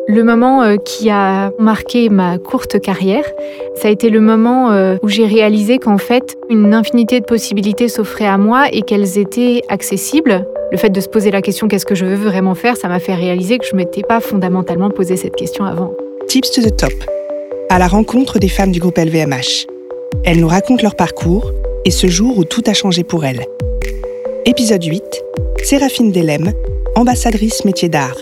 Le moment qui a marqué ma courte carrière, ça a été le moment où j'ai réalisé qu'en fait, une infinité de possibilités s'offraient à moi et qu'elles étaient accessibles. Le fait de se poser la question « qu'est-ce que je veux vraiment faire ?» ça m'a fait réaliser que je ne m'étais pas fondamentalement posé cette question avant. Tips to the Top, à la rencontre des femmes du groupe LVMH. Elles nous racontent leur parcours et ce jour où tout a changé pour elles. Épisode 8, Séraphine Delem, ambassadrice métier d'art.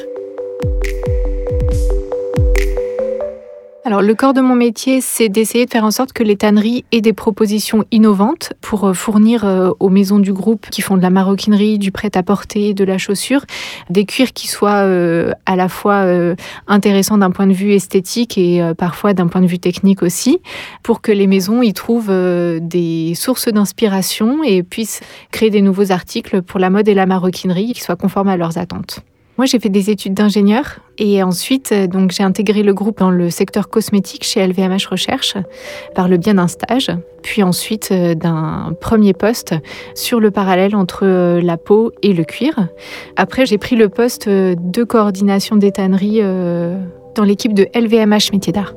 Alors, le corps de mon métier, c'est d'essayer de faire en sorte que les tanneries aient des propositions innovantes pour fournir aux maisons du groupe qui font de la maroquinerie, du prêt-à-porter, de la chaussure, des cuirs qui soient à la fois intéressants d'un point de vue esthétique et parfois d'un point de vue technique aussi, pour que les maisons y trouvent des sources d'inspiration et puissent créer des nouveaux articles pour la mode et la maroquinerie qui soient conformes à leurs attentes. Moi, j'ai fait des études d'ingénieur et ensuite, j'ai intégré le groupe dans le secteur cosmétique chez LVMH Recherche par le biais d'un stage, puis ensuite d'un premier poste sur le parallèle entre la peau et le cuir. Après, j'ai pris le poste de coordination des tanneries dans l'équipe de LVMH Métiers d'Art.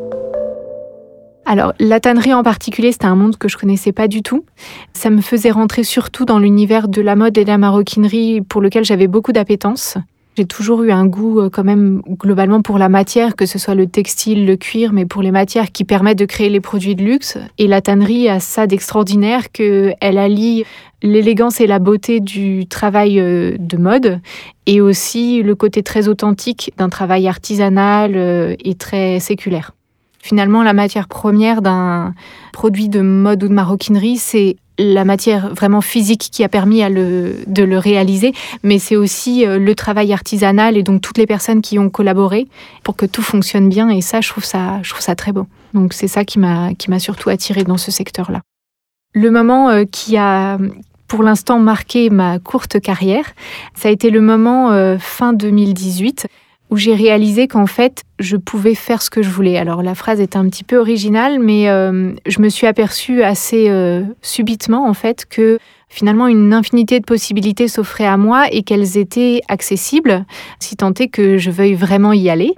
Alors, la tannerie en particulier, c'était un monde que je connaissais pas du tout. Ça me faisait rentrer surtout dans l'univers de la mode et de la maroquinerie pour lequel j'avais beaucoup d'appétence. J'ai toujours eu un goût quand même globalement pour la matière, que ce soit le textile, le cuir, mais pour les matières qui permettent de créer les produits de luxe. Et la tannerie a ça d'extraordinaire qu'elle allie l'élégance et la beauté du travail de mode et aussi le côté très authentique d'un travail artisanal et très séculaire. Finalement, la matière première d'un produit de mode ou de maroquinerie, c'est la matière vraiment physique qui a permis de le réaliser, mais c'est aussi le travail artisanal et donc toutes les personnes qui ont collaboré pour que tout fonctionne bien. Et ça, je trouve ça très beau. Donc c'est ça qui m'a surtout attirée dans ce secteur-là. Le moment qui a pour l'instant marqué ma courte carrière, ça a été le moment fin 2018, où j'ai réalisé qu'en fait, je pouvais faire ce que je voulais. Alors la phrase est un petit peu originale, mais je me suis aperçue assez subitement en fait que finalement une infinité de possibilités s'offraient à moi et qu'elles étaient accessibles, si tant est que je veuille vraiment y aller.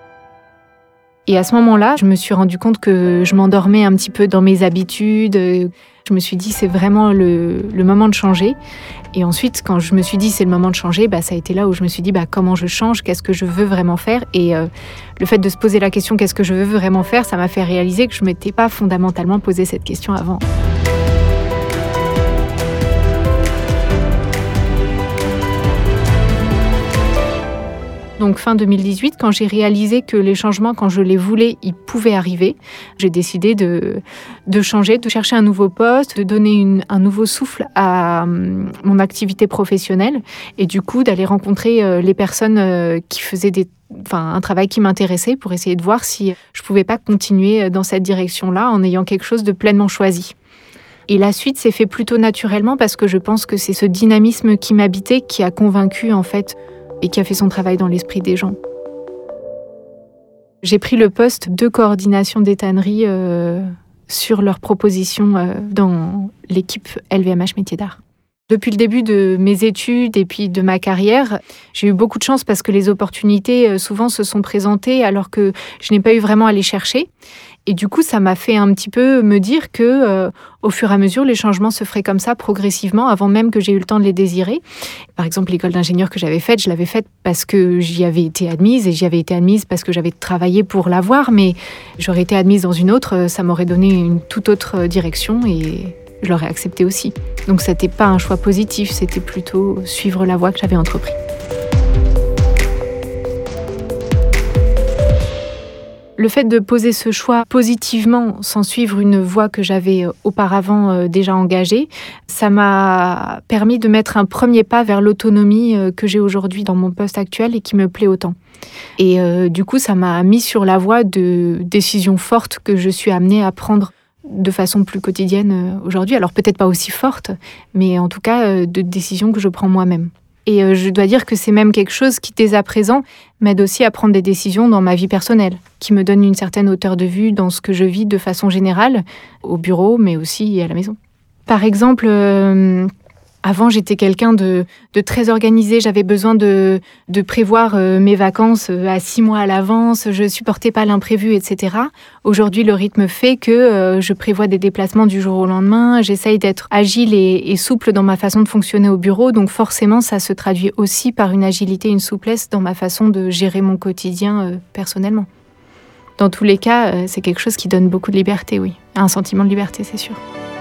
Et à ce moment-là, je me suis rendu compte que je m'endormais un petit peu dans mes habitudes. Je me suis dit, c'est vraiment le moment de changer. Et ensuite, quand je me suis dit, c'est le moment de changer, ça a été là où je me suis dit, comment je change, qu'est-ce que je veux vraiment faire. Et le fait de se poser la question, qu'est-ce que je veux vraiment faire, ça m'a fait réaliser que je ne m'étais pas fondamentalement posé cette question avant. Donc fin 2018, quand j'ai réalisé que les changements, quand je les voulais, ils pouvaient arriver, j'ai décidé de changer, de chercher un nouveau poste, de donner un nouveau souffle à mon activité professionnelle et du coup d'aller rencontrer les personnes qui faisaient un travail qui m'intéressait pour essayer de voir si je pouvais pas continuer dans cette direction-là en ayant quelque chose de pleinement choisi. Et la suite s'est fait plutôt naturellement parce que je pense que c'est ce dynamisme qui m'habitait qui a convaincu en fait et qui a fait son travail dans l'esprit des gens. J'ai pris le poste de coordination des tanneries sur leurs propositions dans l'équipe LVMH Métiers d'Art. Depuis le début de mes études et puis de ma carrière, j'ai eu beaucoup de chance parce que les opportunités souvent se sont présentées alors que je n'ai pas eu vraiment à les chercher. Et du coup, ça m'a fait un petit peu me dire que, au fur et à mesure, les changements se feraient comme ça, progressivement, avant même que j'ai eu le temps de les désirer. Par exemple, l'école d'ingénieur que j'avais faite, je l'avais faite parce que j'y avais été admise, et j'y avais été admise parce que j'avais travaillé pour l'avoir, mais j'aurais été admise dans une autre, ça m'aurait donné une toute autre direction, et je l'aurais accepté aussi. Donc, c'était pas un choix positif, c'était plutôt suivre la voie que j'avais entreprise. Le fait de poser ce choix positivement, sans suivre une voie que j'avais auparavant déjà engagée, ça m'a permis de mettre un premier pas vers l'autonomie que j'ai aujourd'hui dans mon poste actuel et qui me plaît autant. Et du coup, ça m'a mis sur la voie de décisions fortes que je suis amenée à prendre de façon plus quotidienne aujourd'hui. Alors peut-être pas aussi forte, mais en tout cas de décisions que je prends moi-même. Et je dois dire que c'est même quelque chose qui, dès à présent, m'aide aussi à prendre des décisions dans ma vie personnelle, qui me donne une certaine hauteur de vue dans ce que je vis de façon générale, au bureau, mais aussi à la maison. Par exemple, Avant, j'étais quelqu'un de très organisé. J'avais besoin de prévoir mes vacances à 6 mois à l'avance. Je supportais pas l'imprévu, etc. Aujourd'hui, le rythme fait que je prévois des déplacements du jour au lendemain. J'essaye d'être agile et souple dans ma façon de fonctionner au bureau. Donc forcément, ça se traduit aussi par une agilité, une souplesse dans ma façon de gérer mon quotidien personnellement. Dans tous les cas, c'est quelque chose qui donne beaucoup de liberté, oui. Un sentiment de liberté, c'est sûr.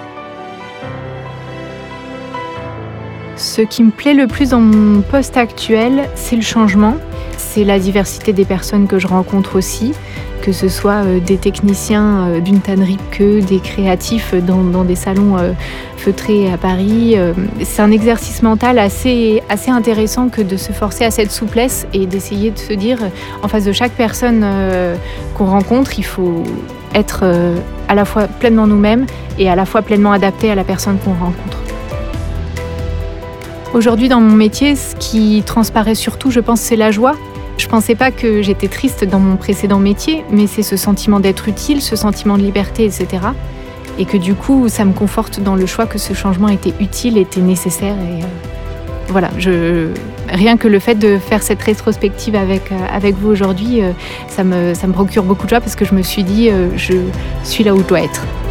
Ce qui me plaît le plus dans mon poste actuel, c'est le changement. C'est la diversité des personnes que je rencontre aussi, que ce soit des techniciens d'une tannerie que des créatifs dans des salons feutrés à Paris. C'est un exercice mental assez intéressant que de se forcer à cette souplesse et d'essayer de se dire, en face de chaque personne qu'on rencontre, il faut être à la fois pleinement nous-mêmes et à la fois pleinement adapté à la personne qu'on rencontre. Aujourd'hui, dans mon métier, ce qui transparaît surtout, je pense, c'est la joie. Je ne pensais pas que j'étais triste dans mon précédent métier, mais c'est ce sentiment d'être utile, ce sentiment de liberté, etc. Et que du coup, ça me conforte dans le choix que ce changement était utile, était nécessaire. Et voilà, rien que le fait de faire cette rétrospective avec vous aujourd'hui, ça me procure beaucoup de joie parce que je me suis dit, je suis là où je dois être.